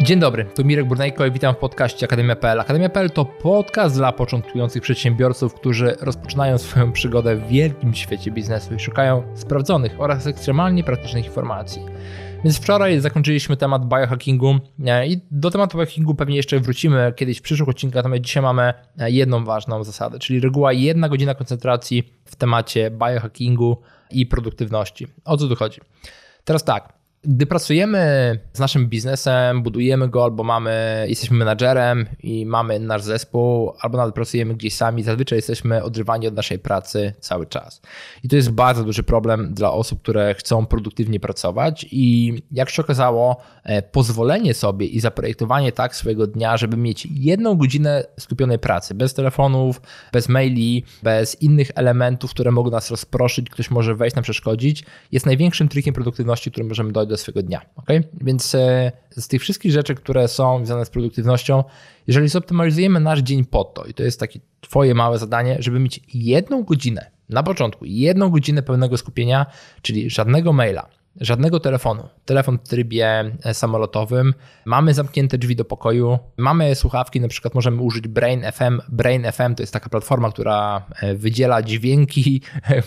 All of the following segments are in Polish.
Dzień dobry, tu Mirek Burnejko i witam w podcaście Akademia.pl. Akademia.pl to podcast dla początkujących przedsiębiorców, którzy rozpoczynają swoją przygodę w wielkim świecie biznesu i szukają sprawdzonych oraz ekstremalnie praktycznych informacji. Więc wczoraj zakończyliśmy temat biohackingu i do tematu biohackingu pewnie jeszcze wrócimy kiedyś w przyszłych odcinkach, natomiast dzisiaj mamy jedną ważną zasadę, czyli reguła 1 godzina koncentracji w temacie biohackingu i produktywności. O co tu chodzi? Teraz tak. Gdy pracujemy z naszym biznesem, budujemy go albo jesteśmy menadżerem i mamy nasz zespół, albo nawet pracujemy gdzieś sami, zazwyczaj jesteśmy odrywani od naszej pracy cały czas. I to jest bardzo duży problem dla osób, które chcą produktywnie pracować i jak się okazało, pozwolenie sobie i zaprojektowanie tak swojego dnia, żeby mieć 1 godzinę skupionej pracy, bez telefonów, bez maili, bez innych elementów, które mogą nas rozproszyć, ktoś może wejść, nam przeszkodzić, jest największym trikiem produktywności, który możemy dojść do swojego dnia. Okay? Więc z tych wszystkich rzeczy, które są związane z produktywnością, jeżeli zoptymalizujemy nasz dzień po to, i to jest takie twoje małe zadanie, żeby mieć 1 godzinę na początku, 1 godzinę pełnego skupienia, czyli żadnego maila, żadnego telefonu, telefon w trybie samolotowym, mamy zamknięte drzwi do pokoju, mamy słuchawki, na przykład możemy użyć Brain FM. Brain FM to jest taka platforma, która wydziela dźwięki,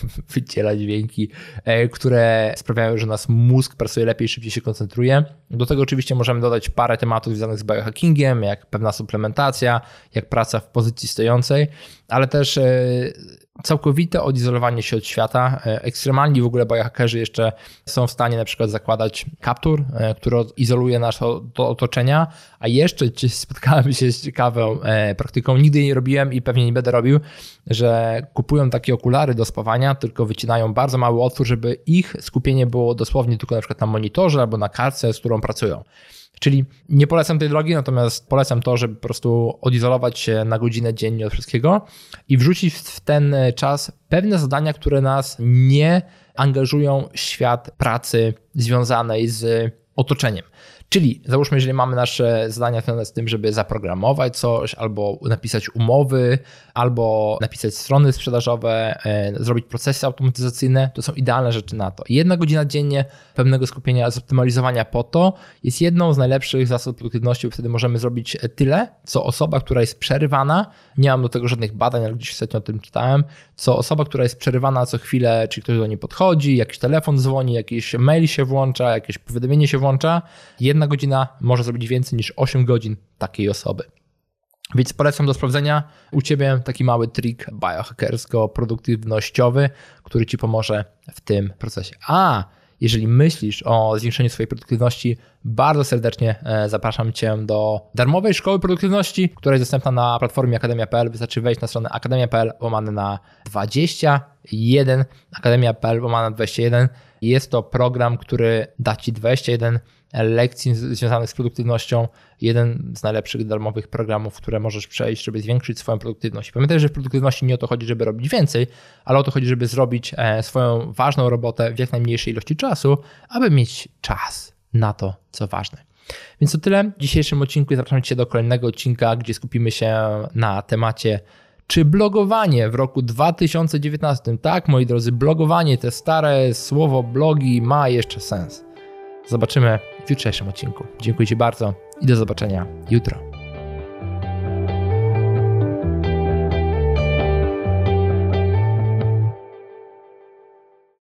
które sprawiają, że nasz mózg pracuje lepiej, szybciej się koncentruje. Do tego oczywiście możemy dodać parę tematów związanych z biohackingiem, jak pewna suplementacja, jak praca w pozycji stojącej, ale też całkowite odizolowanie się od świata. Ekstremalni w ogóle biohackerzy jeszcze są w stanie na przykład zakładać kaptur, który izoluje nas od otoczenia, a jeszcze spotkałem się z ciekawą praktyką, nigdy jej nie robiłem i pewnie nie będę robił, że kupują takie okulary do spawania, tylko wycinają bardzo mały otwór, żeby ich skupienie było dosłownie tylko na przykład na monitorze albo na kartce, z którą pracują. Czyli nie polecam tej drogi, natomiast polecam to, żeby po prostu odizolować się na godzinę dziennie od wszystkiego i wrzucić w ten czas pewne zadania, które nas nie angażują w świat pracy związanej z otoczeniem. Czyli załóżmy, jeżeli mamy nasze zadania związane z tym, żeby zaprogramować coś, albo napisać umowy, albo napisać strony sprzedażowe, zrobić procesy automatyzacyjne, to są idealne rzeczy na to. 1 godzina dziennie pełnego skupienia, zoptymalizowania po to jest jedną z najlepszych zasad produktywności, bo wtedy możemy zrobić tyle, co osoba, która jest przerywana, nie mam do tego żadnych badań, ale gdzieś ostatnio o tym czytałem, co osoba, która jest przerywana co chwilę, czy ktoś do niej podchodzi, jakiś telefon dzwoni, jakiś mail się włącza, jakieś powiadomienie się włącza, 1 godzina może zrobić więcej niż 8 godzin takiej osoby. Więc polecam do sprawdzenia u Ciebie taki mały trik biohackersko-produktywnościowy, który Ci pomoże w tym procesie. A jeżeli myślisz o zwiększeniu swojej produktywności, bardzo serdecznie zapraszam Cię do darmowej szkoły produktywności, która jest dostępna na platformie Akademia.pl. Wystarczy wejść na stronę akademia.pl/21, akademia.pl/21. Jest to program, który da Ci 21 lekcji związanych z produktywnością. Jeden z najlepszych darmowych programów, które możesz przejść, żeby zwiększyć swoją produktywność. Pamiętaj, że w produktywności nie o to chodzi, żeby robić więcej, ale o to chodzi, żeby zrobić swoją ważną robotę w jak najmniejszej ilości czasu, aby mieć czas na to, co ważne. Więc to tyle w dzisiejszym odcinku i zapraszam Cię do kolejnego odcinka, gdzie skupimy się na temacie, czy blogowanie w roku 2019, tak moi drodzy, blogowanie, te stare słowo blogi ma jeszcze sens. Zobaczymy w jutrzejszym odcinku. Dziękuję Ci bardzo i do zobaczenia jutro.